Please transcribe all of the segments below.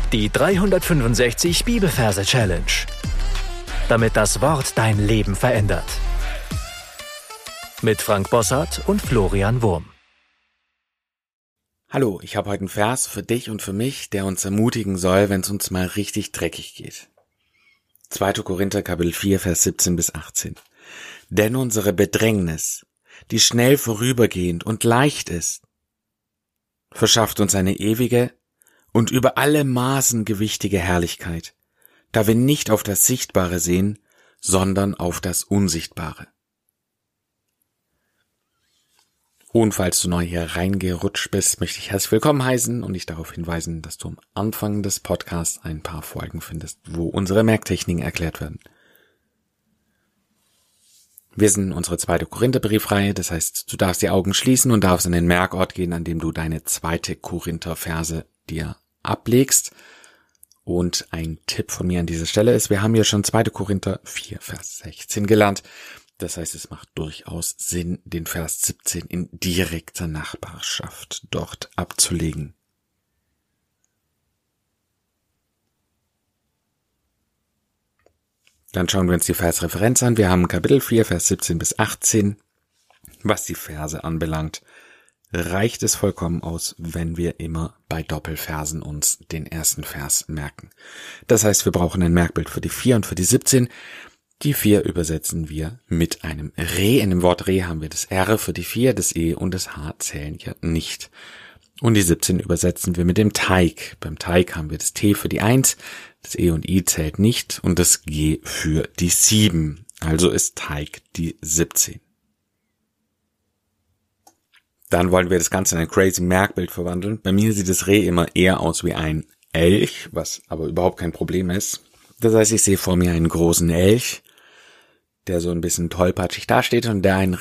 Die 365 Bibelverse Challenge. Damit das Wort dein Leben verändert. Mit Frank Bossart und Florian Wurm. Hallo, ich habe heute einen Vers für dich und für mich, der uns ermutigen soll, wenn es uns mal richtig dreckig geht. 2. Korinther Kapitel 4, Vers 17 bis 18. Denn unsere Bedrängnis, die schnell vorübergehend und leicht ist, verschafft uns eine ewige und über alle Maßen gewichtige Herrlichkeit, da wir nicht auf das Sichtbare sehen, sondern auf das Unsichtbare. Und falls du neu hier reingerutscht bist, möchte ich herzlich willkommen heißen und dich darauf hinweisen, dass du am Anfang des Podcasts ein paar Folgen findest, wo unsere Merktechniken erklärt werden. Wir sind unsere 2. Korintherbriefreihe, das heißt, du darfst die Augen schließen und darfst an den Merkort gehen, an dem du deine 2. Korinther-Verse dir ablegst. Und ein Tipp von mir an dieser Stelle ist, wir haben ja schon 2. Korinther 4, Vers 16 gelernt. Das heißt, es macht durchaus Sinn, den Vers 17 in direkter Nachbarschaft dort abzulegen. Dann schauen wir uns die Versreferenz an. Wir haben Kapitel 4, Vers 17 bis 18. Was die Verse anbelangt, reicht es vollkommen aus, wenn wir immer bei Doppelversen uns den ersten Vers merken. Das heißt, wir brauchen ein Merkbild für die 4 und für die 17. Die 4 übersetzen wir mit einem Re. In dem Wort Re haben wir das R für die 4, das E und das H zählen ja nicht. Und die 17 übersetzen wir mit dem Teig. Beim Teig haben wir das T für die 1, das E und I zählt nicht und das G für die 7. Also ist Teig die 17. Dann wollen wir das Ganze in ein crazy Merkbild verwandeln. Bei mir sieht das Reh immer eher aus wie ein Elch, was aber überhaupt kein Problem ist. Das heißt, ich sehe vor mir einen großen Elch, der so ein bisschen tollpatschig dasteht und der einen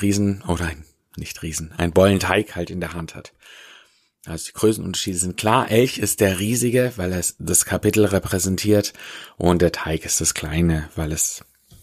einen Bollenteig halt in der Hand hat. Also die Größenunterschiede sind klar. Elch ist der riesige, weil er das Kapitel repräsentiert, und der Teig ist das kleine, weil es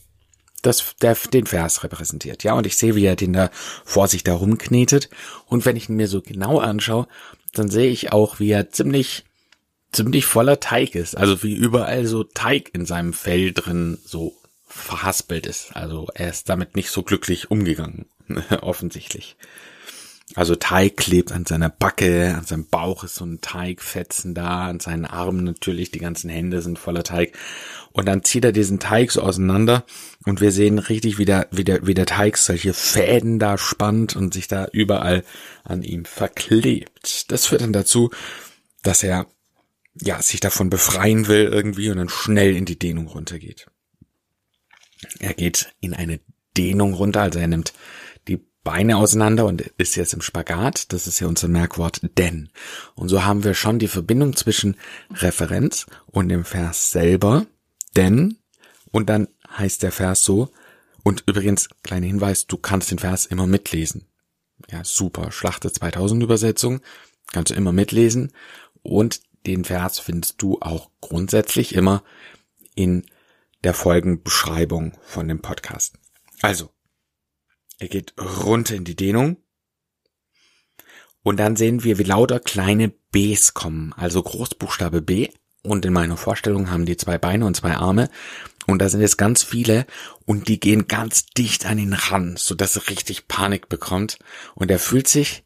den Vers repräsentiert. Ja, und ich sehe, wie er den da vor sich da rumknetet. Und wenn ich ihn mir so genau anschaue, dann sehe ich auch, wie er ziemlich voller Teig ist. Also wie überall so Teig in seinem Fell drin so verhaspelt ist. Also er ist damit nicht so glücklich umgegangen, offensichtlich. Also Teig klebt an seiner Backe, an seinem Bauch ist so ein Teigfetzen da, an seinen Armen natürlich, die ganzen Hände sind voller Teig. Und dann zieht er diesen Teig so auseinander und wir sehen richtig, wie der Teig solche Fäden da spannt und sich da überall an ihm verklebt. Das führt dann dazu, dass er sich davon befreien will irgendwie und dann schnell in die Dehnung runtergeht. Er geht in eine Dehnung runter, also er nimmt die Beine auseinander und ist jetzt im Spagat. Das ist ja unser Merkwort denn. Und so haben wir schon die Verbindung zwischen Referenz und dem Vers selber. Denn, und dann heißt der Vers so, und übrigens, kleiner Hinweis, du kannst den Vers immer mitlesen. Ja, super, Schlachter 2000 Übersetzung, kannst du immer mitlesen. Und den Vers findest du auch grundsätzlich immer in der Folgenbeschreibung von dem Podcast. Also, er geht runter in die Dehnung und dann sehen wir, wie lauter kleine Bs kommen, also Großbuchstabe B, und in meiner Vorstellung haben die 2 Beine und 2 Arme und da sind jetzt ganz viele und die gehen ganz dicht an ihn ran, sodass er richtig Panik bekommt und er fühlt sich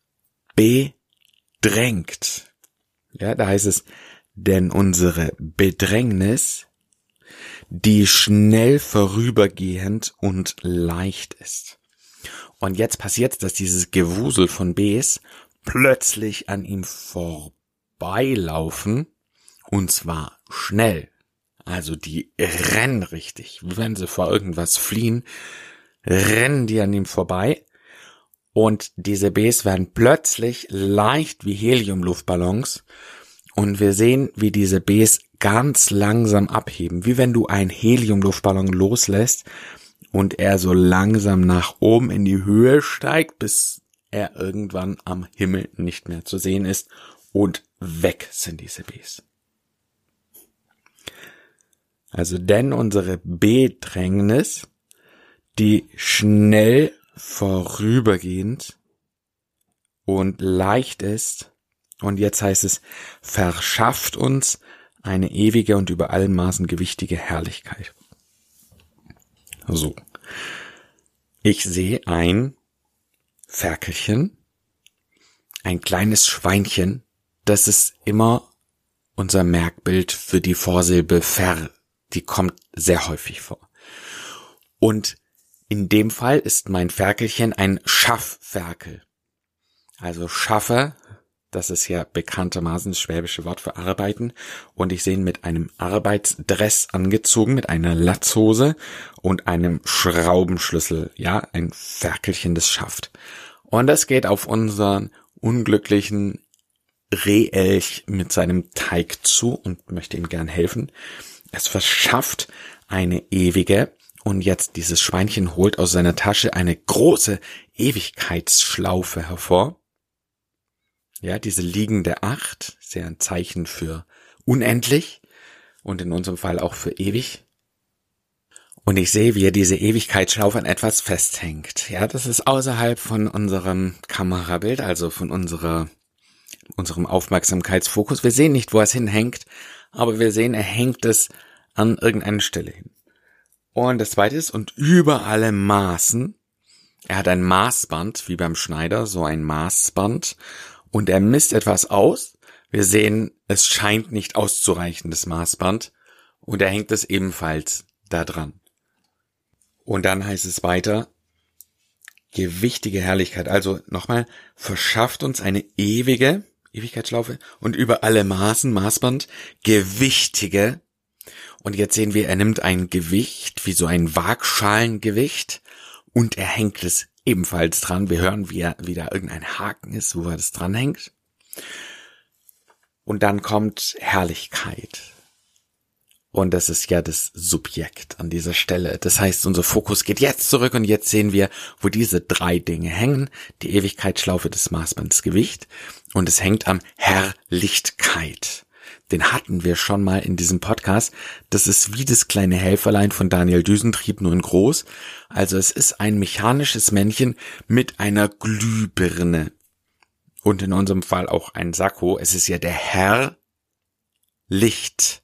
bedrängt. Ja, da heißt es, denn unsere Bedrängnis, die schnell vorübergehend und leicht ist. Und jetzt passiert, dass dieses Gewusel von Bs plötzlich an ihm vorbeilaufen, und zwar schnell. Also die rennen richtig, wenn sie vor irgendwas fliehen, rennen die an ihm vorbei. Und diese Bs werden plötzlich leicht wie Heliumluftballons. Und wir sehen, wie diese Bs ganz langsam abheben, wie wenn du einen Heliumluftballon loslässt und er so langsam nach oben in die Höhe steigt, bis er irgendwann am Himmel nicht mehr zu sehen ist und weg sind diese Bs. Also denn unsere Bedrängnis, die schnell vorübergehend und leicht ist, und jetzt heißt es, verschafft uns eine ewige und über allen Maßen gewichtige Herrlichkeit. So. Ich sehe ein Ferkelchen, ein kleines Schweinchen, das ist immer unser Merkbild für die Vorsilbe ver. Die kommt sehr häufig vor. Und in dem Fall ist mein Ferkelchen ein Schaffferkel. Also Schaffer, das ist ja bekanntermaßen das schwäbische Wort für arbeiten. Und ich sehe ihn mit einem Arbeitsdress angezogen, mit einer Latzhose und einem Schraubenschlüssel. Ja, ein Ferkelchen, das schafft. Und das geht auf unseren unglücklichen Rehelch mit seinem Teig zu und möchte ihm gern helfen. Es verschafft eine ewige, und jetzt dieses Schweinchen holt aus seiner Tasche eine große Ewigkeitsschlaufe hervor. Ja, diese liegende 8, ist ja ein Zeichen für unendlich und in unserem Fall auch für ewig. Und ich sehe, wie er diese Ewigkeitsschlaufe an etwas festhängt. Ja, das ist außerhalb von unserem Kamerabild, also von unserem Aufmerksamkeitsfokus. Wir sehen nicht, wo es hinhängt, aber wir sehen, er hängt es an irgendeine Stelle hin. Und das zweite ist, und über alle Maßen, er hat ein Maßband, wie beim Schneider, so ein Maßband, und er misst etwas aus. Wir sehen, es scheint nicht auszureichen, das Maßband, und er hängt es ebenfalls da dran. Und dann heißt es weiter, gewichtige Herrlichkeit, also nochmal, verschafft uns eine Ewigkeitsschlaufe und über alle Maßen, Maßband, gewichtige. Und jetzt sehen wir, er nimmt ein Gewicht, wie so ein Waagschalengewicht, und er hängt es ebenfalls dran. Wir hören, wie da irgendein Haken ist, wo er das dranhängt. Und dann kommt Herrlichkeit. Und das ist ja das Subjekt an dieser Stelle. Das heißt, unser Fokus geht jetzt zurück und jetzt sehen wir, wo diese 3 Dinge hängen. Die Ewigkeitsschlaufe, des Maßbands, Gewicht, und es hängt am Herrlichkeit. Den hatten wir schon mal in diesem Podcast. Das ist wie das kleine Helferlein von Daniel Düsentrieb, nur in groß. Also es ist ein mechanisches Männchen mit einer Glühbirne. Und in unserem Fall auch ein Sakko. Es ist ja der Herrlichtkeit.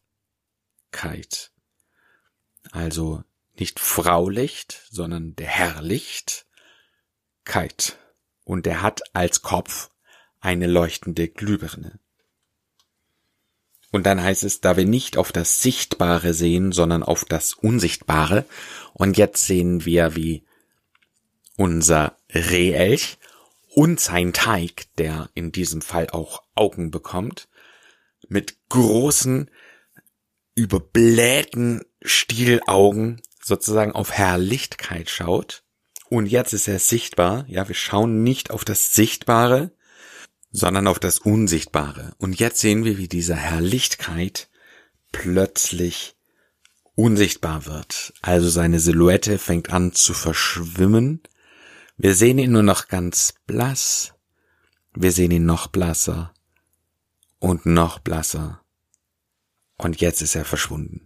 Also nicht Frau Licht, sondern der Herrlichtkeit. Und der hat als Kopf eine leuchtende Glühbirne. Und dann heißt es, da wir nicht auf das Sichtbare sehen, sondern auf das Unsichtbare. Und jetzt sehen wir, wie unser Rehelch und sein Teig, der in diesem Fall auch Augen bekommt, mit großen, überblähten Stielaugen sozusagen auf Herrlichkeit schaut. Und jetzt ist er sichtbar. Ja, wir schauen nicht auf das Sichtbare, sondern auf das Unsichtbare. Und jetzt sehen wir, wie diese Herrlichkeit plötzlich unsichtbar wird. Also seine Silhouette fängt an zu verschwimmen. Wir sehen ihn nur noch ganz blass. Wir sehen ihn noch blasser und noch blasser. Und jetzt ist er verschwunden.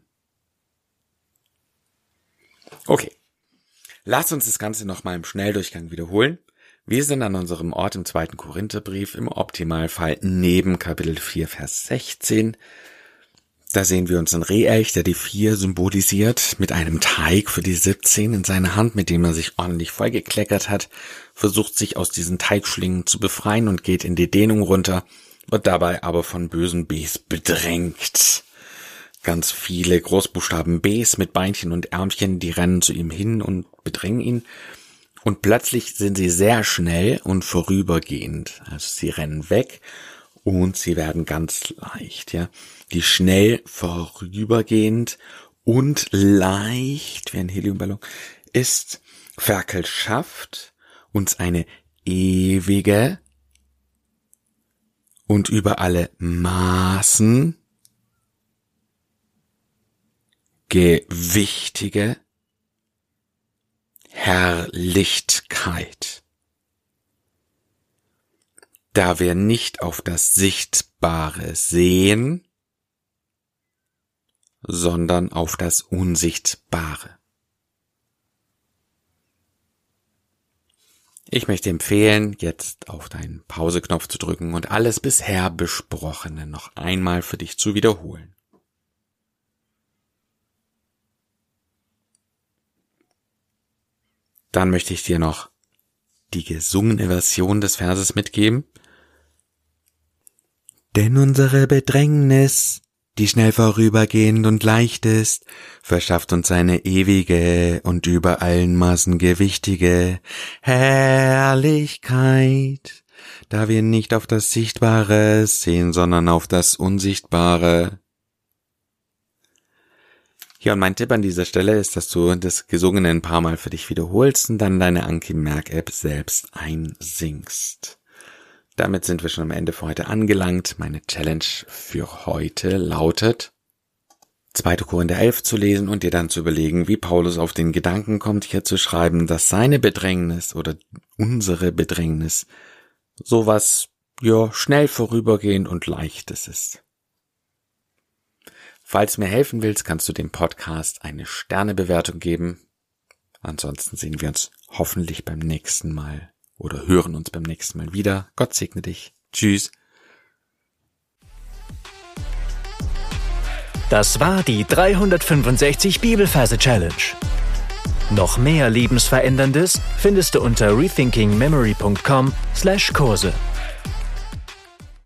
Okay, lasst uns das Ganze nochmal im Schnelldurchgang wiederholen. Wir sind an unserem Ort im 2. Korintherbrief, im Optimalfall neben Kapitel 4, Vers 16. Da sehen wir unseren Rehelch, der die 4 symbolisiert, mit einem Teig für die 17 in seiner Hand, mit dem er sich ordentlich vollgekleckert hat, versucht sich aus diesen Teigschlingen zu befreien und geht in die Dehnung runter, wird dabei aber von bösen Bs bedrängt. Ganz viele Großbuchstaben Bs mit Beinchen und Ärmchen, die rennen zu ihm hin und bedrängen ihn. Und plötzlich sind sie sehr schnell und vorübergehend. Also sie rennen weg und sie werden ganz leicht, ja. Die schnell vorübergehend und leicht, wie ein Heliumballon, ist Ferkel schafft uns eine ewige und über alle Maßen gewichtige Herrlichkeit, da wir nicht auf das Sichtbare sehen, sondern auf das Unsichtbare. Ich möchte empfehlen, jetzt auf deinen Pauseknopf zu drücken und alles bisher Besprochene noch einmal für dich zu wiederholen. Dann möchte ich dir noch die gesungene Version des Verses mitgeben. Denn unsere Bedrängnis, die schnell vorübergehend und leicht ist, verschafft uns eine ewige und über allen Maßen gewichtige Herrlichkeit, da wir nicht auf das Sichtbare sehen, sondern auf das Unsichtbare. Ja, und mein Tipp an dieser Stelle ist, dass du das Gesungene ein paar Mal für dich wiederholst und dann deine Anki-Merk-App selbst einsingst. Damit sind wir schon am Ende für heute angelangt. Meine Challenge für heute lautet, 2. Korinther 11 zu lesen und dir dann zu überlegen, wie Paulus auf den Gedanken kommt, hier zu schreiben, dass seine Bedrängnis oder unsere Bedrängnis sowas, schnell vorübergehend und Leichtes ist. Falls du mir helfen willst, kannst du dem Podcast eine Sternebewertung geben. Ansonsten sehen wir uns hoffentlich beim nächsten Mal oder hören uns beim nächsten Mal wieder. Gott segne dich. Tschüss. Das war die 365 Bibelverse Challenge. Noch mehr Lebensveränderndes findest du unter rethinkingmemory.com/Kurse.